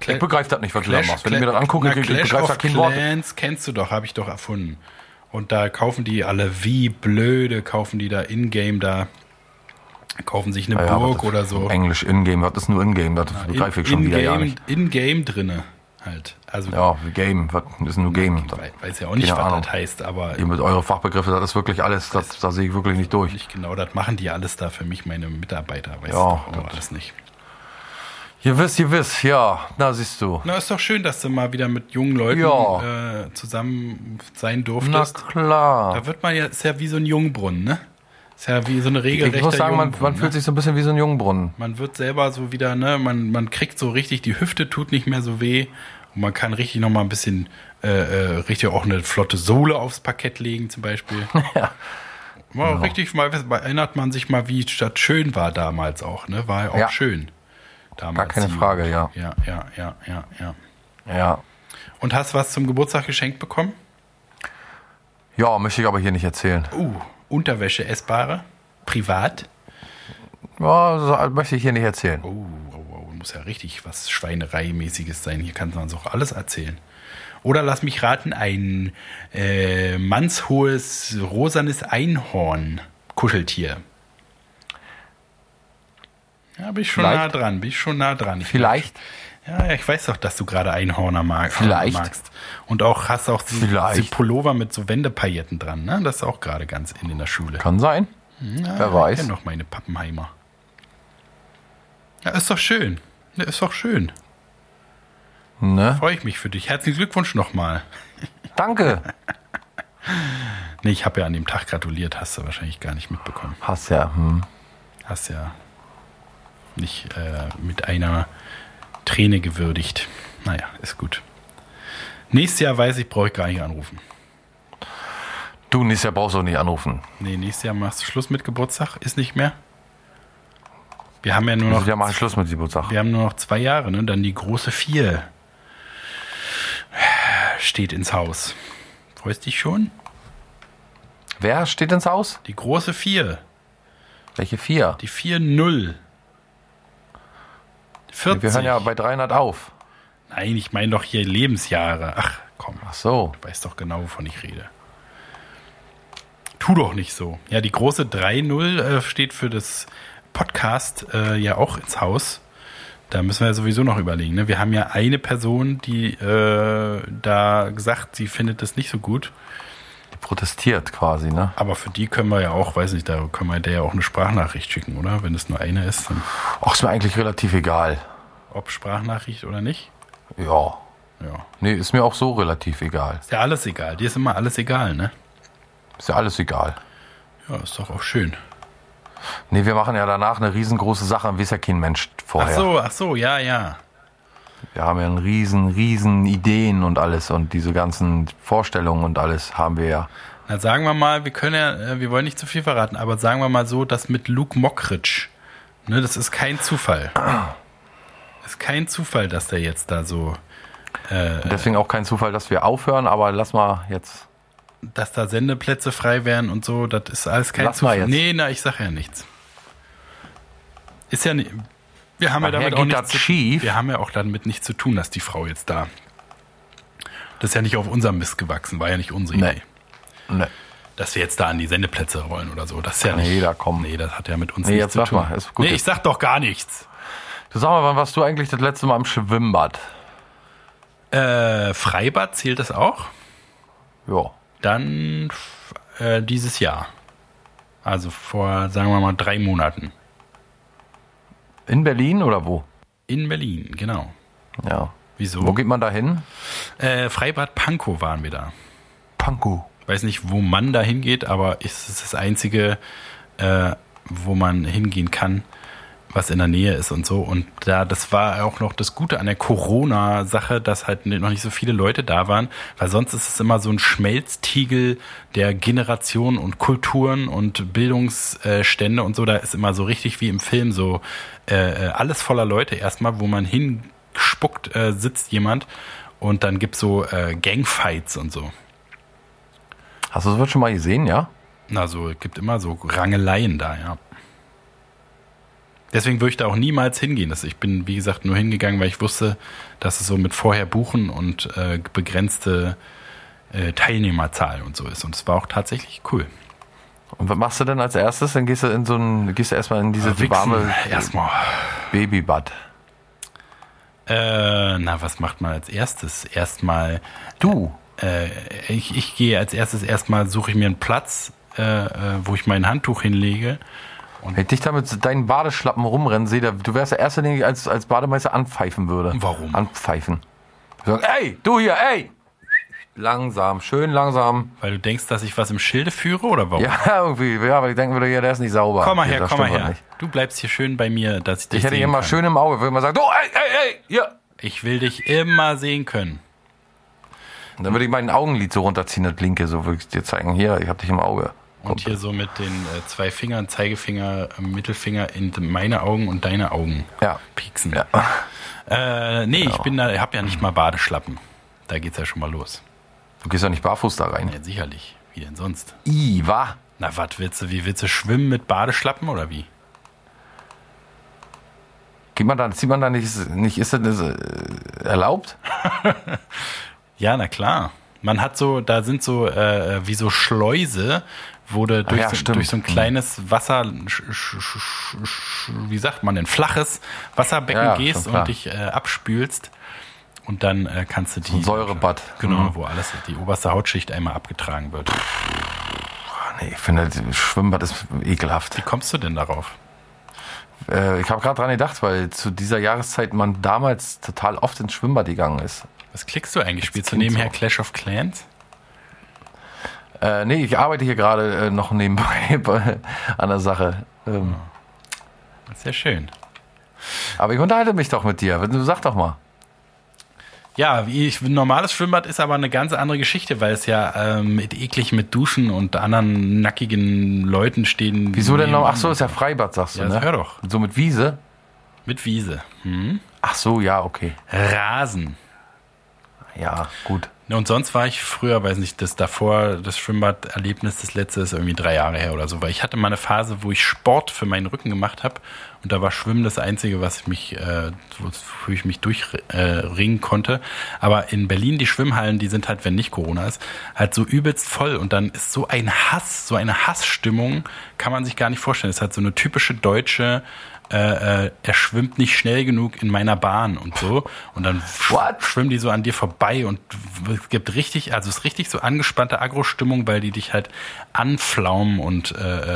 Ich begreife das nicht, was du da machst. Wenn ich mir das angucke, ich begreife da kein Wort. Clans kennst du doch, habe ich doch erfunden. Und da kaufen die alle wie blöde, kaufen die da in-game da, kaufen sich eine Burg oder so. Englisch in-game, was ist nur in-game? Das begreife ich schon wieder ja nicht. In-game drinne halt. Also ja, Game, was ist nur Game? Ich weiß ja auch nicht, was das heißt, aber... Ihr mit eure Fachbegriffe, das ist wirklich alles, da sehe ich wirklich nicht durch. Nicht genau, das machen die alles da für mich, meine Mitarbeiter, weißt du, aber alles nicht. Ihr wisst, ja, na siehst du. Na, ist doch schön, dass du mal wieder mit jungen Leuten zusammen sein durftest. Na klar. Da wird man ja, ist ja wie so ein Jungbrunnen, ne? Ist ja wie so eine regelrechte Ich muss sagen, man fühlt sich so ein bisschen wie so ein Jungbrunnen. Man wird selber so wieder, ne, man kriegt so richtig, die Hüfte tut nicht mehr so weh und man kann richtig nochmal ein bisschen, richtig auch eine flotte Sohle aufs Parkett legen zum Beispiel. Ja. Mal richtig, mal erinnert man sich mal, wie das schön war damals auch, ne? War ja auch schön. Damals. Gar keine Frage, ja. Ja. Und hast was zum Geburtstag geschenkt bekommen? Ja, möchte ich aber hier nicht erzählen. Unterwäsche essbare? Privat? Ja, das möchte ich hier nicht erzählen. Muss ja richtig was Schweinereimäßiges sein. Hier kann man so alles erzählen. Oder lass mich raten, ein mannshohes, rosanes Einhorn-Kuscheltier. Ja, bin ich schon nah dran. Vielleicht? Ja, ich weiß doch, dass du gerade Einhorner magst. Und auch hast auch diese Pullover mit so Wendepailletten dran, ne? Das ist auch gerade ganz in der Schule. Kann sein. Ja, wer weiß. Ich kenne noch meine Pappenheimer. Ja, ist doch schön. Ja, ist doch schön. Ne? Freue ich mich für dich. Herzlichen Glückwunsch nochmal. Danke. Nee, ich habe ja an dem Tag gratuliert, hast du wahrscheinlich gar nicht mitbekommen. Hast ja nicht mit einer Träne gewürdigt. Naja, ist gut. Nächstes Jahr weiß ich, brauche ich gar nicht anrufen. Du, nächstes Jahr brauchst du auch nicht anrufen. Nee, nächstes Jahr machst du Schluss mit Geburtstag. Ist nicht mehr. Wir haben ja nur noch... Nächstes Jahr mache ich Schluss mit Geburtstag. Wir haben nur noch 2 Jahre, ne? Dann die große 4 steht ins Haus. Freust dich schon? Wer steht ins Haus? Die große 4. Welche 4? Die 4-0. 40. Wir hören ja bei 300 auf. Nein, ich meine doch hier Lebensjahre. Ach, komm. Ach so. Du weißt doch genau, wovon ich rede. Tu doch nicht so. Ja, die große 3-0 steht für das Podcast ja auch ins Haus. Da müssen wir ja sowieso noch überlegen. Ne? Wir haben ja eine Person, die da gesagt, sie findet das nicht so gut. Die protestiert quasi, ne? Aber für die können wir ja auch, weiß nicht, da können wir der ja auch eine Sprachnachricht schicken, oder? Wenn es nur eine ist. Dann Ach, ist mir eigentlich relativ egal. ob Sprachnachricht oder nicht? Ja. Ja. Nee, ist mir auch so relativ egal. Ist ja alles egal. Dir ist immer alles egal, ne? Ist ja alles egal. Ja, ist doch auch schön. Nee, wir machen ja danach eine riesengroße Sache, weiß ja kein Mensch vorher. Ach so, ja. Wir haben ja einen riesen Ideen und alles und diese ganzen Vorstellungen und alles haben wir ja. Na, sagen wir mal, wir wollen nicht zu viel verraten, aber sagen wir mal so, dass mit Luke Mockridge, ne, das ist kein Zufall. Ist kein Zufall, dass der jetzt da so... Deswegen auch kein Zufall, dass wir aufhören, aber lass mal jetzt... Dass da Sendeplätze frei wären und so, das ist alles kein Lass Zufall. mal jetzt. Nee, ich sag ja nichts. Ist ja nicht... Wir haben ja Nachher damit auch geht nichts das schief. Wir haben ja auch damit nichts zu tun, dass die Frau jetzt da... Das ist ja nicht auf unserem Mist gewachsen, war ja nicht unsere Idee. Nee. Dass wir jetzt da an die Sendeplätze wollen oder so. Das ist ja nicht... Nee, da komm. Nee, das hat ja mit uns Nee, nichts jetzt zu sag tun. mal, ist gut Nee, ich jetzt. sag doch gar nichts. Du sag mal, wann warst du eigentlich das letzte Mal im Schwimmbad? Freibad zählt das auch? Ja. Dann dieses Jahr. Also vor, sagen wir mal, 3 Monaten. In Berlin oder wo? In Berlin, genau. Ja. Wieso? Wo geht man da hin? Freibad Pankow waren wir da. Pankow. Weiß nicht, wo man da hingeht, aber es ist das einzige, wo man hingehen kann, was in der Nähe ist und so. Und das war auch noch das Gute an der Corona-Sache, dass halt noch nicht so viele Leute da waren, weil sonst ist es immer so ein Schmelztiegel der Generationen und Kulturen und Bildungsstände und so. Da ist immer so richtig wie im Film so alles voller Leute erstmal, wo man hinspuckt, sitzt jemand und dann gibt's so Gangfights und so. Hast du sowas schon mal gesehen, ja? Also es gibt immer so Rangeleien da, ja. Deswegen würde ich da auch niemals hingehen. Ich bin, wie gesagt, nur hingegangen, weil ich wusste, dass es so mit vorher buchen und begrenzte Teilnehmerzahl und so ist. Und es war auch tatsächlich cool. Und was machst du denn als erstes? Dann gehst du erstmal in diese warme Babybad. Was macht man als erstes? Erstmal. Du? Ich gehe als erstes suche ich mir einen Platz, wo ich mein Handtuch hinlege. Und wenn ich dich da mit deinen Badeschlappen rumrennen sehe, du wärst der Erste, den ich als Bademeister anpfeifen würde. Warum? Anpfeifen. Sagen, ey, du hier, ey! Langsam, schön langsam. Weil du denkst, dass ich was im Schilde führe, oder warum? Ja, irgendwie. Ja, aber ich denke wieder, der ist nicht sauber. Komm mal her. Nicht. Du bleibst hier schön bei mir, dass ich dich sehen kann. Ich hätte dich immer schön im Auge. Ich würde immer sagen, du, ey, hier. Ich will dich immer sehen können. Und dann würde ich mein Augenlid so runterziehen, das linke, so würde ich dir zeigen. Hier, ich hab dich im Auge. Und hier so mit den 2 Fingern, Zeigefinger, Mittelfinger in meine Augen und deine Augen pieksen. Ja. Genau. Ich habe ja nicht mal Badeschlappen. Da geht's ja schon mal los. Du gehst ja nicht barfuß da rein. Ja, sicherlich. Wie denn sonst? Wa? Na, wie willst du schwimmen mit Badeschlappen oder wie? Zieht man da nicht, ist das erlaubt? Ja, na klar. Man hat da sind so wie so Schleuse, wo du durch so ein kleines Wasser, wie sagt man denn, flaches Wasserbecken gehst und dich abspülst. Und dann kannst du die... So ein Säurebad. Genau, wo die oberste Hautschicht einmal abgetragen wird. Nee, ich finde, das Schwimmbad ist ekelhaft. Wie kommst du denn darauf? Ich habe gerade dran gedacht, weil zu dieser Jahreszeit man damals total oft ins Schwimmbad gegangen ist. Was klickst du eigentlich? Spielst du nebenher Clash of Clans? Nee, ich arbeite hier gerade noch nebenbei an der Sache. Sehr schön. Aber ich unterhalte mich doch mit dir. Du sag doch mal. Ja, ein normales Schwimmbad ist aber eine ganz andere Geschichte, weil es ja eklig mit Duschen und anderen nackigen Leuten stehen. Wieso denn noch? Ach so, ist ja Freibad, sagst du, ne? Hör doch. So mit Wiese? Mit Wiese. Ach so, ja, okay. Rasen. Ja, gut. Und sonst war ich früher, weiß nicht, das Schwimmbad-Erlebnis, das letzte ist irgendwie 3 Jahre her oder so, weil ich hatte mal eine Phase, wo ich Sport für meinen Rücken gemacht habe und da war Schwimmen das Einzige, wofür ich mich durchringen konnte. Aber in Berlin, die Schwimmhallen, die sind halt, wenn nicht Corona ist, halt so übelst voll und dann ist so eine Hassstimmung, kann man sich gar nicht vorstellen. Es ist halt so eine typische deutsche er schwimmt nicht schnell genug in meiner Bahn und so. Und dann schwimmen die so an dir vorbei und es gibt es ist richtig so angespannte Agro-Stimmung, weil die dich halt anflaumen und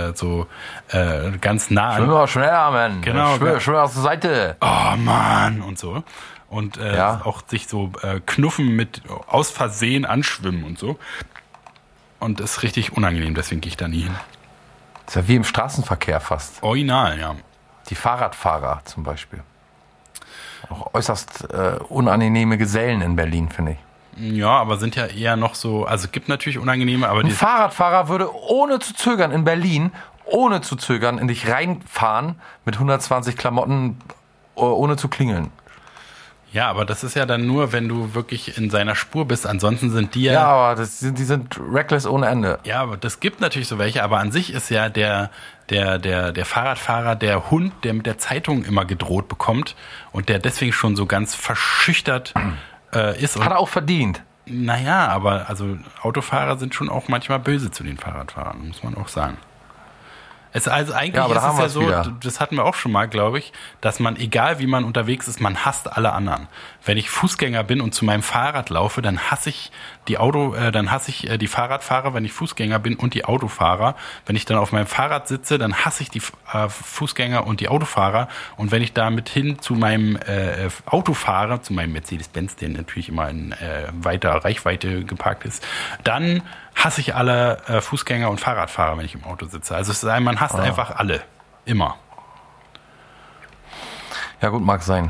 ganz nah an. Schwimm mal schneller, Mann. Genau. Schwimm aus der Seite. Oh Mann und so. Und auch sich so knuffen mit aus Versehen anschwimmen und so. Und das ist richtig unangenehm, deswegen gehe ich da nie hin. Das ist ja wie im Straßenverkehr fast. Original, ja. Die Fahrradfahrer zum Beispiel. Auch äußerst unangenehme Gesellen in Berlin, finde ich. Ja, aber sind ja eher noch so, also gibt natürlich unangenehme, aber ein Fahrradfahrer würde ohne zu zögern in Berlin, in dich reinfahren mit 120 Klamotten, ohne zu klingeln. Ja, aber das ist ja dann nur, wenn du wirklich in seiner Spur bist. Ansonsten sind die ja... Ja, aber die sind reckless ohne Ende. Ja, aber das gibt natürlich so welche. Aber an sich ist ja der Fahrradfahrer der Hund, der mit der Zeitung immer gedroht bekommt und der deswegen schon so ganz verschüchtert ist. Hat er auch verdient. Naja, aber also Autofahrer sind schon auch manchmal böse zu den Fahrradfahrern, muss man auch sagen. Also eigentlich ist es ja so, das hatten wir auch schon mal, glaube ich, dass man, egal wie man unterwegs ist, man hasst alle anderen. Wenn ich Fußgänger bin und zu meinem Fahrrad laufe, dann hasse ich die die Fahrradfahrer, wenn ich Fußgänger bin, und die Autofahrer. Wenn ich dann auf meinem Fahrrad sitze, dann hasse ich die Fußgänger und die Autofahrer. Und wenn ich damit hin zu meinem Auto fahre, zu meinem Mercedes-Benz, der natürlich immer in weiter Reichweite geparkt ist, dann hasse ich alle Fußgänger und Fahrradfahrer, wenn ich im Auto sitze. Also man hasst einfach alle. Immer. Ja gut, mag sein.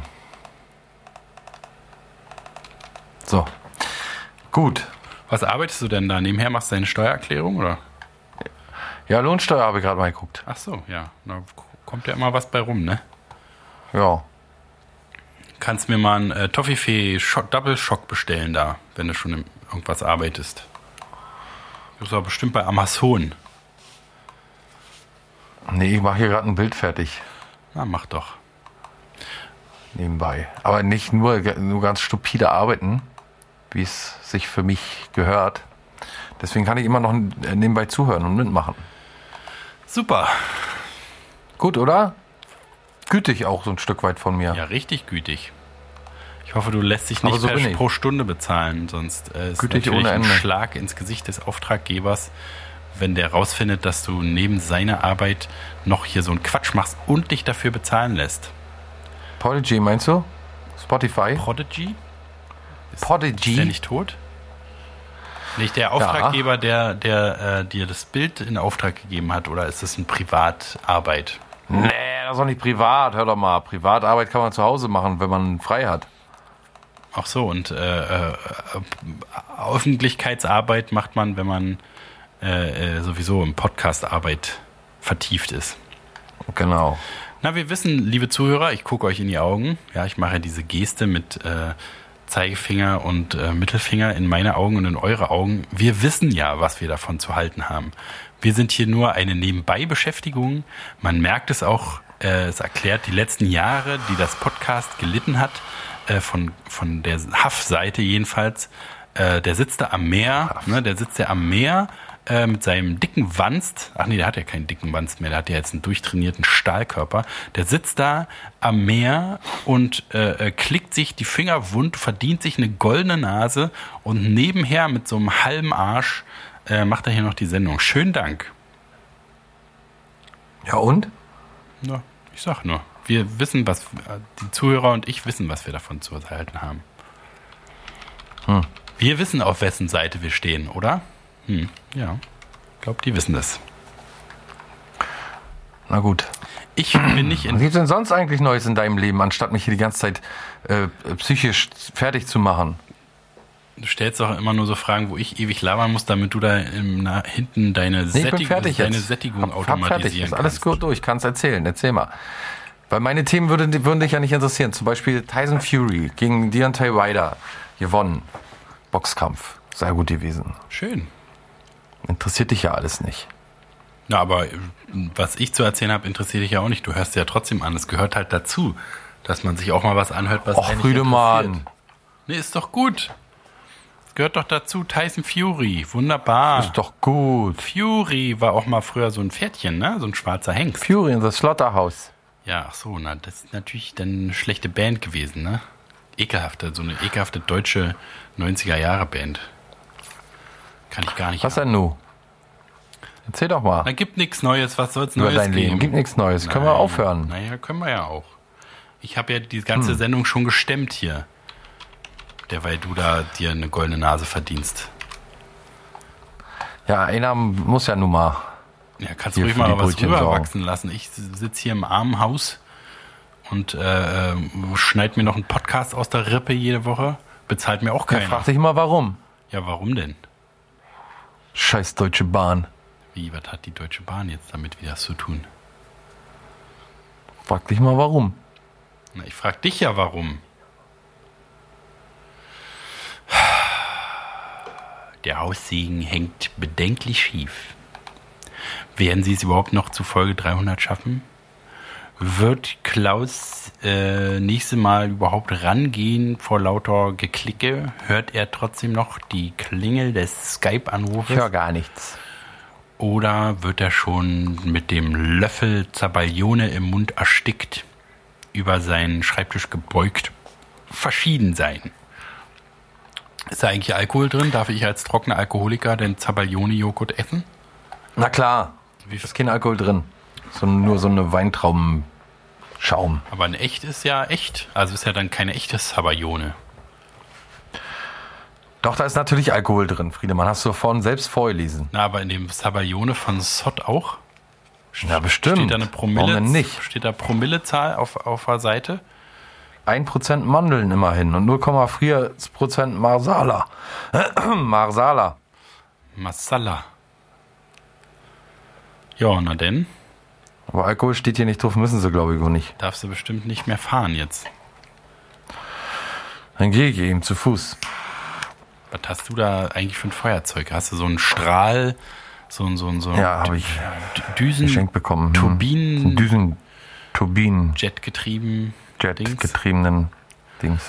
So. Gut. Was arbeitest du denn da? Nebenher machst du deine Steuererklärung, oder? Ja, Lohnsteuer habe ich gerade mal geguckt. Ach so, ja. Da kommt ja immer was bei rum, ne? Ja. Kannst mir mal einen Toffifee Double Shock bestellen da, wenn du schon irgendwas arbeitest. Das ist aber bestimmt bei Amazon. Nee, ich mache hier gerade ein Bild fertig. Na, mach doch. Nebenbei. Aber nicht nur ganz stupide arbeiten, wie es sich für mich gehört. Deswegen kann ich immer noch nebenbei zuhören und mitmachen. Super. Gut, oder? Gütig auch so ein Stück weit von mir. Ja, richtig gütig. Ich hoffe, du lässt dich nicht pro Stunde bezahlen, sonst ist gütig natürlich ohne Ende. ein Schlag ins Gesicht des Auftraggebers, wenn der rausfindet, dass du neben seiner Arbeit noch hier so einen Quatsch machst und dich dafür bezahlen lässt. Prodigy, meinst du? Spotify? Prodigy? Prodigy? Ist der nicht tot? Nicht der Auftraggeber, der dir das Bild in Auftrag gegeben hat, oder ist das eine Privatarbeit? Nee, das ist doch nicht privat. Hör doch mal. Privatarbeit kann man zu Hause machen, wenn man frei hat. Ach so, und Öffentlichkeitsarbeit macht man, wenn man sowieso im Podcast-Arbeit vertieft ist. Genau. Na, wir wissen, liebe Zuhörer, ich gucke euch in die Augen. Ja, ich mache diese Geste mit Zeigefinger und Mittelfinger in meine Augen und in eure Augen. Wir wissen ja, was wir davon zu halten haben. Wir sind hier nur eine Nebenbei-Beschäftigung. Man merkt es auch, es erklärt die letzten Jahre, die das Podcast gelitten hat, von der Haff-Seite jedenfalls. Der sitzt da am Meer, ne, mit seinem dicken Wanst. Ach nee, der hat ja keinen dicken Wanst mehr, der hat ja jetzt einen durchtrainierten Stahlkörper. Der sitzt da am Meer und klickt sich die Finger wund, verdient sich eine goldene Nase und nebenher mit so einem halben Arsch macht er hier noch die Sendung. Schönen Dank. Ja und? Na, ich sag nur. Wir wissen, die Zuhörer und ich wissen, was wir davon zu erhalten haben. Wir wissen, auf wessen Seite wir stehen, oder? Ja. Ich glaube, die wissen das. Na gut. Ich bin nicht Was gibt's denn sonst eigentlich Neues in deinem Leben, anstatt mich hier die ganze Zeit psychisch fertig zu machen? Du stellst doch immer nur so Fragen, wo ich ewig labern muss, damit du da hinten deine Sättigung automatisieren kannst. Alles gut durch, kannst erzählen. Erzähl mal. Weil meine Themen würden dich ja nicht interessieren. Zum Beispiel Tyson Fury gegen Deontay Wilder gewonnen. Boxkampf. Sehr gut gewesen. Schön. Interessiert dich ja alles nicht. Ja, aber was ich zu erzählen habe, interessiert dich ja auch nicht. Du hörst ja trotzdem an. Es gehört halt dazu, dass man sich auch mal was anhört, was einen nicht interessiert. Nee, ist doch gut. Gehört doch dazu, Tyson Fury, wunderbar. Ist doch gut. Fury war auch mal früher so ein Pferdchen, ne? So ein schwarzer Hengst. Fury in the Slaughterhouse. Ja, ach so, na, das ist natürlich dann eine schlechte Band gewesen, ne? So eine ekelhafte deutsche 90er-Jahre-Band. Kann ich gar nicht. Was denn nun? Erzähl doch mal. Da gibt nichts Neues, was soll's Über Neues dein Leben. geben? Gibt nichts Neues. Nein. Können wir aufhören? Naja, können wir ja auch. Ich habe ja die ganze Sendung schon gestemmt hier. Derweil du da dir eine goldene Nase verdienst. Ja, einer muss ja nun mal. Ja, kannst du ruhig mal was rüberwachsen lassen. Ich sitze hier im Armenhaus und schneid mir noch einen Podcast aus der Rippe jede Woche. Bezahlt mir auch keiner. Ja, frag dich mal, warum. Ja, warum denn? Scheiß Deutsche Bahn. Wie, was hat die Deutsche Bahn jetzt damit wieder zu tun? Frag dich mal, warum. Na, ich frag dich ja, warum. Der Haussegen hängt bedenklich schief. Werden Sie es überhaupt noch zu Folge 300 schaffen? Wird Klaus nächste Mal überhaupt rangehen vor lauter Geklicke? Hört er trotzdem noch die Klingel des Skype-Anrufes? Ich höre gar nichts. Oder wird er schon mit dem Löffel Zabaglione im Mund erstickt, über seinen Schreibtisch gebeugt, verschieden sein? Ist da eigentlich Alkohol drin? Darf ich als trockener Alkoholiker den Zabaglione-Joghurt essen? Na klar, ist kein Alkohol drin. Nur so eine Weintraubenschaum. Aber ein echt ist ja echt. Also ist ja dann keine echte Zabaglione. Doch, da ist natürlich Alkohol drin, Friedemann. Hast du vorhin selbst vorgelesen. Na, aber in dem Zabaglione von Sott auch? Ja, bestimmt. Steht da eine Warum denn nicht? Steht da Promillezahl auf der Seite? 1% Mandeln immerhin und 0,4% Marsala. Marsala. Masala. Ja, na denn? Aber Alkohol steht hier nicht drauf, müssen sie, glaube ich, auch nicht. Darfst du bestimmt nicht mehr fahren jetzt. Dann gehe ich eben zu Fuß. Was hast du da eigentlich für ein Feuerzeug? Hast du so einen Strahl, so ja, habe ich Düsen, geschenkt bekommen. Turbinen, Turbinen. Jetgetriebenen Dings.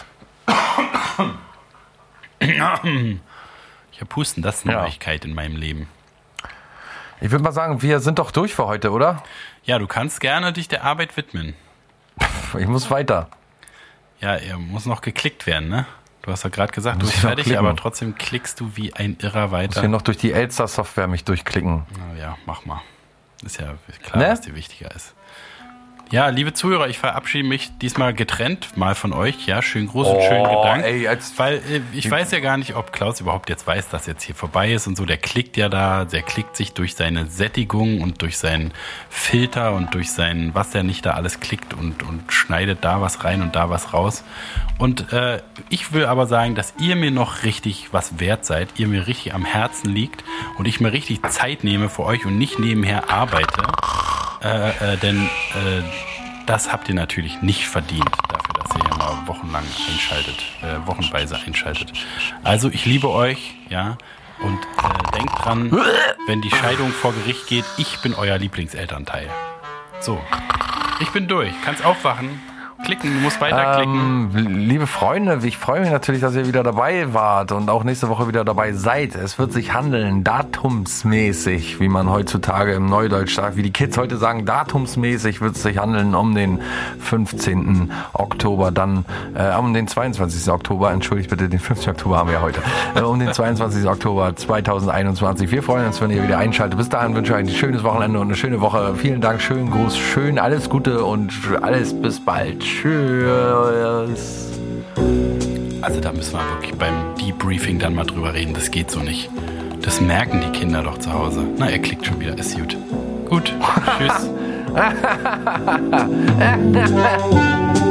Ich habe Husten, das ist eine Neuigkeit in meinem Leben. Ich würde mal sagen, wir sind doch durch für heute, oder? Ja, du kannst gerne dich der Arbeit widmen. Ich muss weiter. Ja, er muss noch geklickt werden, ne? Du hast ja gerade gesagt, du bist fertig, aber trotzdem klickst du wie ein Irrer weiter. Ich muss hier noch durch die Elster-Software mich durchklicken. Na ja, mach mal. Ist ja klar, was dir wichtiger ist. Ja, liebe Zuhörer, ich verabschiede mich diesmal getrennt mal von euch. Ja, schönen Gruß und schönen Gedanken. Weil ich weiß ja gar nicht, ob Klaus überhaupt jetzt weiß, dass jetzt hier vorbei ist und so. Der klickt ja da, der klickt sich durch seine Sättigung und durch seinen Filter und durch sein, was der nicht da alles klickt und schneidet da was rein und da was raus. Und ich will aber sagen, dass ihr mir noch richtig was wert seid, ihr mir richtig am Herzen liegt und ich mir richtig Zeit nehme für euch und nicht nebenher arbeite. Denn das habt ihr natürlich nicht verdient, dafür, dass ihr hier mal wochenweise einschaltet. Also ich liebe euch, ja, und denkt dran, wenn die Scheidung vor Gericht geht, ich bin euer Lieblingselternteil. So, ich bin durch, kannst aufwachen. Klicken, du musst weiterklicken. Liebe Freunde, ich freue mich natürlich, dass ihr wieder dabei wart und auch nächste Woche wieder dabei seid. Es wird sich handeln, datumsmäßig, wie man heutzutage im Neudeutsch sagt, wie die Kids heute sagen, datumsmäßig wird es sich handeln um den 15. Oktober, dann um den 22. Oktober, entschuldigt bitte, den 15. Oktober haben wir ja heute, um den 22. Oktober 2021. Wir freuen uns, wenn ihr wieder einschaltet. Bis dahin wünsche ich euch ein schönes Wochenende und eine schöne Woche. Vielen Dank, schönen Gruß, schön alles Gute und alles bis bald. Tschüss. Also da müssen wir wirklich beim Debriefing dann mal drüber reden. Das geht so nicht. Das merken die Kinder doch zu Hause. Na, er klickt schon wieder. Ist gut. Gut. Tschüss.